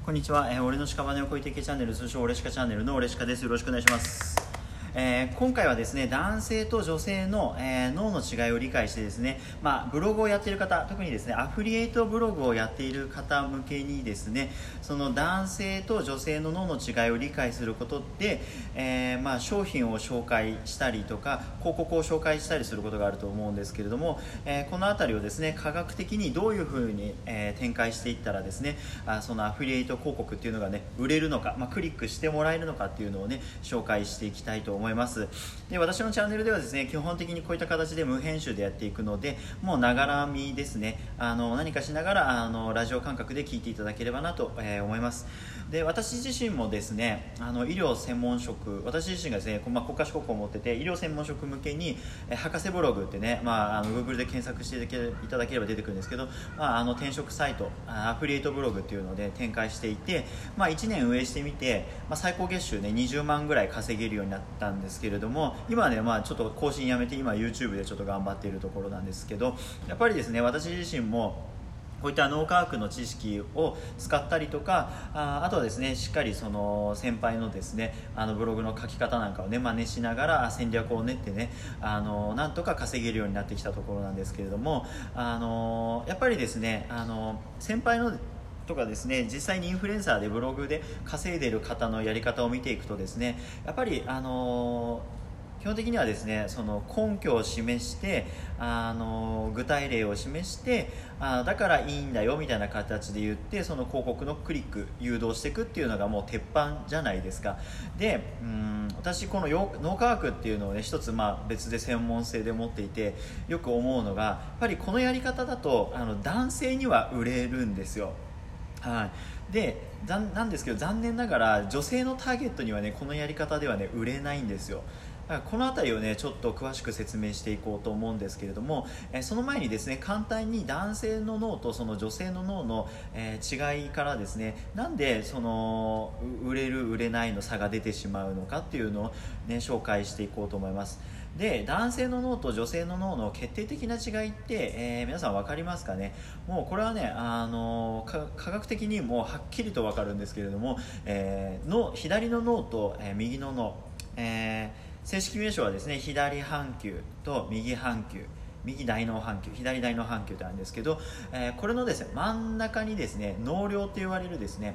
こんにちは、俺の屍を越えていけチャンネル、通称俺しかチャンネルの俺しかです。よろしくお願いします。今回はですね、男性と女性の、脳の違いを理解してですね、ブログをやっている方、特にですねアフリエイトブログをやっている方向けにですね、その男性と女性の脳の違いを理解することで、商品を紹介したりとか広告を紹介したりすることがあると思うんですけれども、このあたりをですね科学的にどういうふうに、展開していったらですね、そのアフリエイト広告っていうのがね売れるのか、クリックしてもらえるのかっていうのをね紹介していきたいと思います。で、私のチャンネルではですね基本的にこういった形で無編集でやっていくので、もうながら見ですね、何かしながらラジオ感覚で聞いていただければなと、思います。で、私自身もですね医療専門職、私自身がですね、国家資格を持ってて医療専門職向けに博士ブログってね、Google で検索していただければ出てくるんですけど、転職サイトアフリエイトブログっていうので展開していて、1年運営してみて、最高月収ね20万ぐらい稼げるようになったんですけれども、今はねちょっと更新やめて今 YouTube でちょっと頑張っているところなんですけど、やっぱりですね私自身もこういった脳科学の知識を使ったりとか、あとはですねしっかりその先輩のですねブログの書き方なんかをね真似しながら戦略を練ってねなんとか稼げるようになってきたところなんですけれども、やっぱりですね先輩のとかですね、実際にインフルエンサーでブログで稼いでいる方のやり方を見ていくとですね、やっぱり基本的にはですねその根拠を示して具体例を示してだからいいんだよみたいな形で言って、その広告のクリック誘導していくっていうのがもう鉄板じゃないですか。で、私この脳科学っていうのをね一つ別で専門性で持っていてよく思うのが、やっぱりこのやり方だと男性には売れるんですよ。でなんですけど、残念ながら女性のターゲットにはねこのやり方ではね売れないんですよ。だからこの辺りをねちょっと詳しく説明していこうと思うんですけれども、その前にですね簡単に男性の脳とその女性の脳の、違いからですね、なんでその売れる売れないの差が出てしまうのかっていうのをね紹介していこうと思います。で、男性の脳と女性の脳の決定的な違いって、皆さん分かりますかね。もうこれはね科学的にもはっきりと分かるんですけれども、左の脳と、右の脳、正式名称はですね左半球と右半球、右大脳半球、左大脳半球ってあるんですけど、これのですね真ん中にですね脳梁と言われるですね、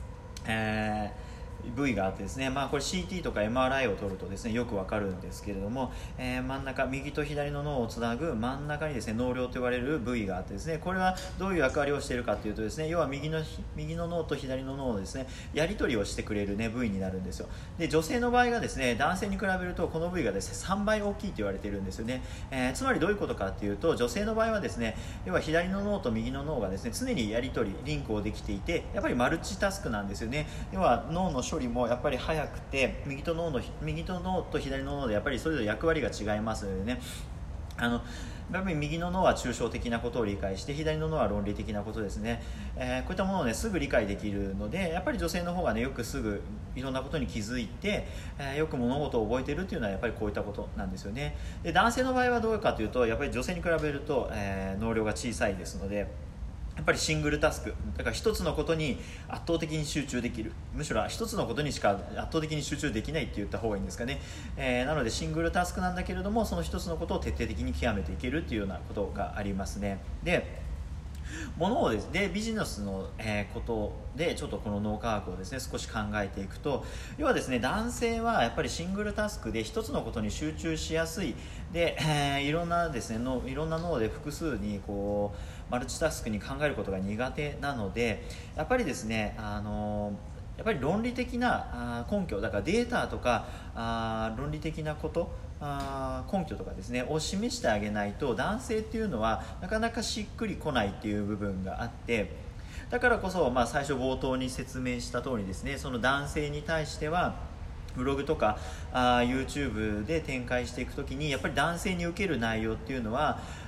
部位があってですね、これ CT とか MRI を取るとですねよくわかるんですけれども、真ん中、右と左の脳をつなぐ真ん中にですね脳梁と言われる部位があってですね、これはどういう役割をしているかというとですね、要は右の脳と左の脳をですねやり取りをしてくれる、部位になるんですよ。で、女性の場合がですね男性に比べるとこの部位がですね3倍大きいと言われているんですよね。つまりどういうことかというと、女性の場合はですね要は左の脳と右の脳がですね常にやり取りリンクをできていて、やっぱりマルチタスクなんですよね。要は脳の処理もやっぱり早くて、右と脳と左の脳でやっぱりそれぞれ役割が違いますのでね、やっぱり右の脳は抽象的なことを理解して、左の脳は論理的なことですね。こういったものをねすぐ理解できるので、やっぱり女性の方がねよくすぐいろんなことに気づいて、よく物事を覚えているっていうのはやっぱりこういったことなんですよね。で、男性の場合はどうかというと、やっぱり女性に比べると、脳量が小さいですので、やっぱりシングルタスクだから一つのことに圧倒的に集中できる、むしろ一つのことにしか圧倒的に集中できないって言った方がいいんですかね。なのでシングルタスクなんだけれども、その一つのことを徹底的に極めていけるっていうようなことがありますね。で、物をですねビジネスの、ことでちょっとこの脳科学をですね少し考えていくと、要はですね男性はやっぱりシングルタスクで一つのことに集中しやすいで、いろんな脳で複数にこうマルチタスクに考えることが苦手なので、やっぱりですねやっぱり論理的な根拠だからデータとか論理的なこと根拠とかですねを示してあげないと、男性っていうのはなかなかしっくりこないっていう部分があって、だからこそ、最初冒頭に説明した通りですね、その男性に対してはブログとかYouTube で展開していくときに、やっぱり男性に受ける内容っていうのは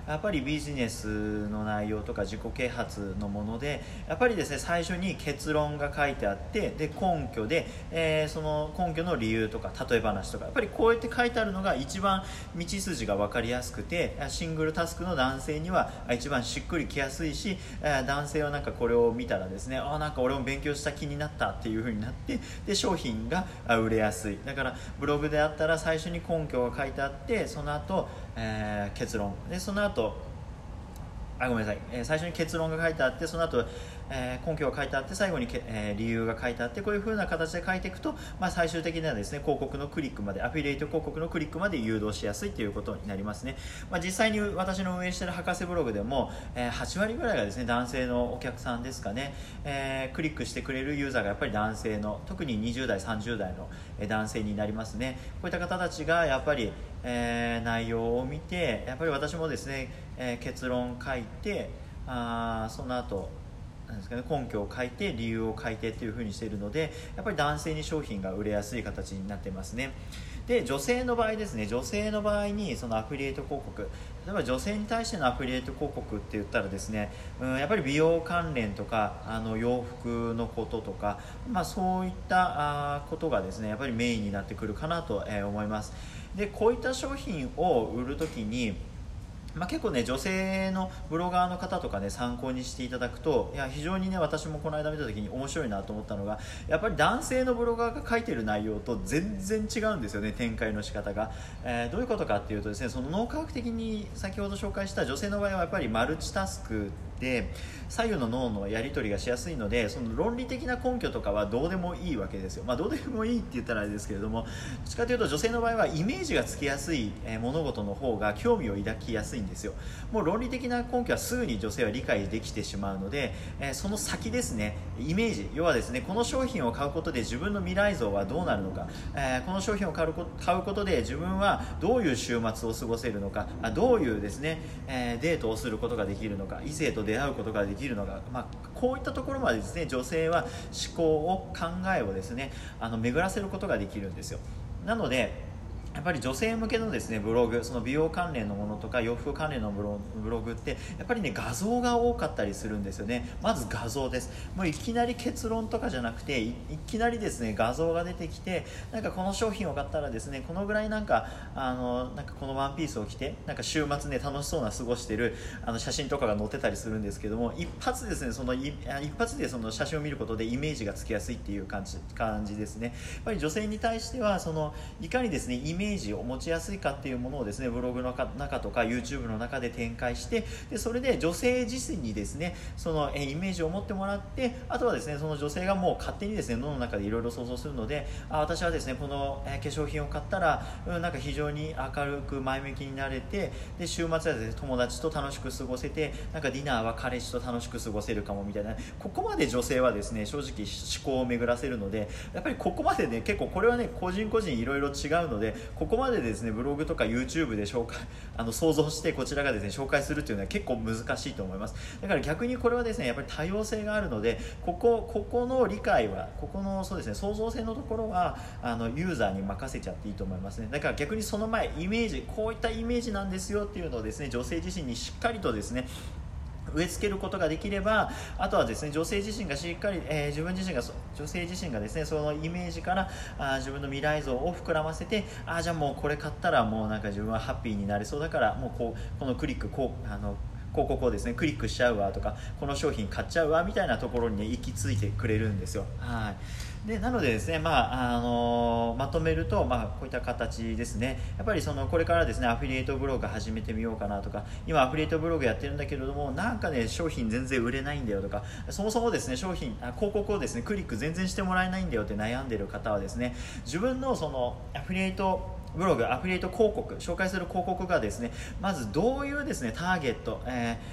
やっぱりビジネスの内容とか自己啓発のもので、やっぱりですね最初に結論が書いてあって、で根拠で、その根拠の理由とか例え話とか、やっぱりこうやって書いてあるのが一番道筋が分かりやすくて、シングルタスクの男性には一番しっくりきやすいし、男性はなんかこれを見たらですね、なんか俺も勉強した気になったっていう風になって、で商品が売れやすい。だからブログであったら最初に根拠が書いてあって、その後、結論で、その後ごめんなさい、最初に結論が書いてあって、その後、根拠が書いてあって、最後に理由が書いてあって、こういう風な形で書いていくと、最終的にはですね広告のクリックまで、アフィリエイト広告のクリックまで誘導しやすいということになりますね。実際に私の運営している博士ブログでも、8割ぐらいがですね男性のお客さんですかね、クリックしてくれるユーザーがやっぱり男性の、特に20代30代の男性になりますね。こういった方たちがやっぱり、内容を見て、やっぱり私もですね、結論書いて、その後なんですかね、根拠を書いて理由を書いてっていう風にしているので、やっぱり男性に商品が売れやすい形になってますね。で女性の場合ですね、女性の場合にそのアフィリエイト広告、例えば女性に対してのアフィリエイト広告って言ったらですね、やっぱり美容関連とか洋服のこととか、そういったことがですねやっぱりメインになってくるかなと思います。でこういった商品を売るときに結構ね女性のブロガーの方とかね参考にしていただくと、非常にね私もこの間見た時に面白いなと思ったのが、やっぱり男性のブロガーが書いてる内容と全然違うんですよね、展開の仕方が。どういうことかっていうとですね、その脳科学的に先ほど紹介した女性の場合はやっぱりマルチタスクで左右の脳のやり取りがしやすいので、その論理的な根拠とかはどうでもいいわけですよ。どうでもいいって言ったらあれですけれども、どっちかというと女性の場合はイメージがつきやすい物事の方が興味を抱きやすいんですよ。もう論理的な根拠はすぐに女性は理解できてしまうので、その先ですね、イメージ、要はですねこの商品を買うことで自分の未来像はどうなるのか、この商品を買うことで自分はどういう週末を過ごせるのか、どういうですね、デートをすることができるのか、異性と出会うことができるのか、こういったところまでですね女性は思考を考えをですね巡らせることができるんですよ。なのでやっぱり女性向けのですねブログ、その美容関連のものとか洋服関連のブログってやっぱりね画像が多かったりするんですよね。まず画像です。もういきなり結論とかじゃなくて いきなりですね画像が出てきて、なんかこの商品を買ったらですねこのぐらいなんかこのワンピースを着てなんか週末ね楽しそうな過ごしてる写真とかが載ってたりするんですけども、一発ですね一発でその写真を見ることでイメージがつきやすいっていう感じですね。やっぱり女性に対してはいかにですねイメージを持ちやすいかっていうものをですねブログの中とか YouTube の中で展開して、でそれで女性自身にですねそのイメージを持ってもらって、あとはですねその女性がもう勝手にですね脳の中でいろいろ想像するので、私はですねこの化粧品を買ったらなんか非常に明るく前向きになれて、で週末はですね友達と楽しく過ごせて、なんかディナーは彼氏と楽しく過ごせるかもみたいな、ここまで女性はですね正直思考を巡らせるので、やっぱりここまでね結構これはね個人個人いろいろ違うので、ここまでですねブログとか YouTube で想像してこちらがですね紹介するっていうのは結構難しいと思います。だから逆にこれはですねやっぱり多様性があるので、ここの理解はそうですね創造性のところはユーザーに任せちゃっていいと思いますね。だから逆にその前イメージ、こういったイメージなんですよっていうのをですね女性自身にしっかりとですね植え付けることができれば、あとはですね女性自身がしっかり、女性自身がですねそのイメージから自分の未来像を膨らませて、じゃあもうこれ買ったらもうなんか自分はハッピーになれそうだから、もうこのクリック広告をですねクリックしちゃうわとか、この商品買っちゃうわみたいなところにね行き着いてくれるんですよ。でなのでですね、まとめると、こういった形ですね。やっぱりこれからですねアフィリエイトブログ始めてみようかなとか、今アフィリエイトブログやってるんだけれどもなんかね商品全然売れないんだよとか、そもそもですね広告をですねクリック全然してもらえないんだよって悩んでる方はですね、自分のアフィリエイトブログ、アフィリエイト広告、紹介する広告がですねまずどういうですねターゲット、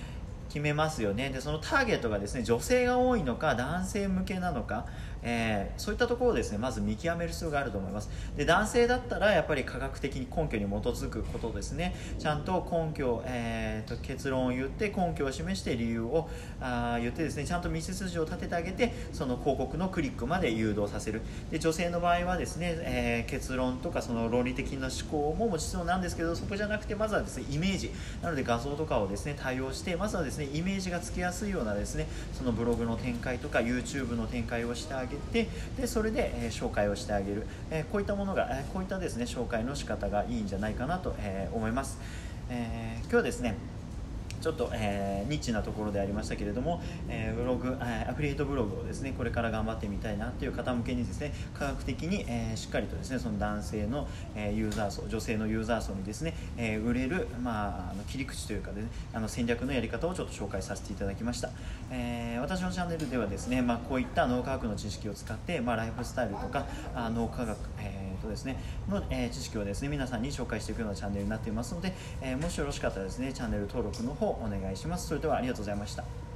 決めますよね。でそのターゲットがですね女性が多いのか男性向けなのか、そういったところをですねまず見極める必要があると思います。で男性だったらやっぱり科学的に根拠に基づくことですね。ちゃんと根拠、結論を言って根拠を示して理由を言ってですねちゃんと道筋を立ててあげてその広告のクリックまで誘導させる。で女性の場合はですね、結論とかその論理的な思考ももちろんなんですけど、そこじゃなくてまずはですねイメージなので画像とかをですね対応して、まずはですねイメージがつきやすいようなですねそのブログの展開とか YouTube の展開をしてあげて、でそれで、紹介をしてあげる、こういったものが、こういったですね紹介の仕方がいいんじゃないかなと、思います。今日はですねちょっと、ニッチなところでありましたけれども、ブログ、アフィリエイトブログをですねこれから頑張ってみたいなという方向けにですね科学的に、しっかりとですねその男性の、ユーザー層、女性のユーザー層にですね、売れる、切り口というかで、ね、戦略のやり方をちょっと紹介させていただきました。私のチャンネルではですね、こういった脳科学の知識を使って、ライフスタイルとか脳科学、ですねの、知識をですね皆さんに紹介していくようなチャンネルになっていますので、もしよろしかったらですねチャンネル登録の方お願いします。それではありがとうございました。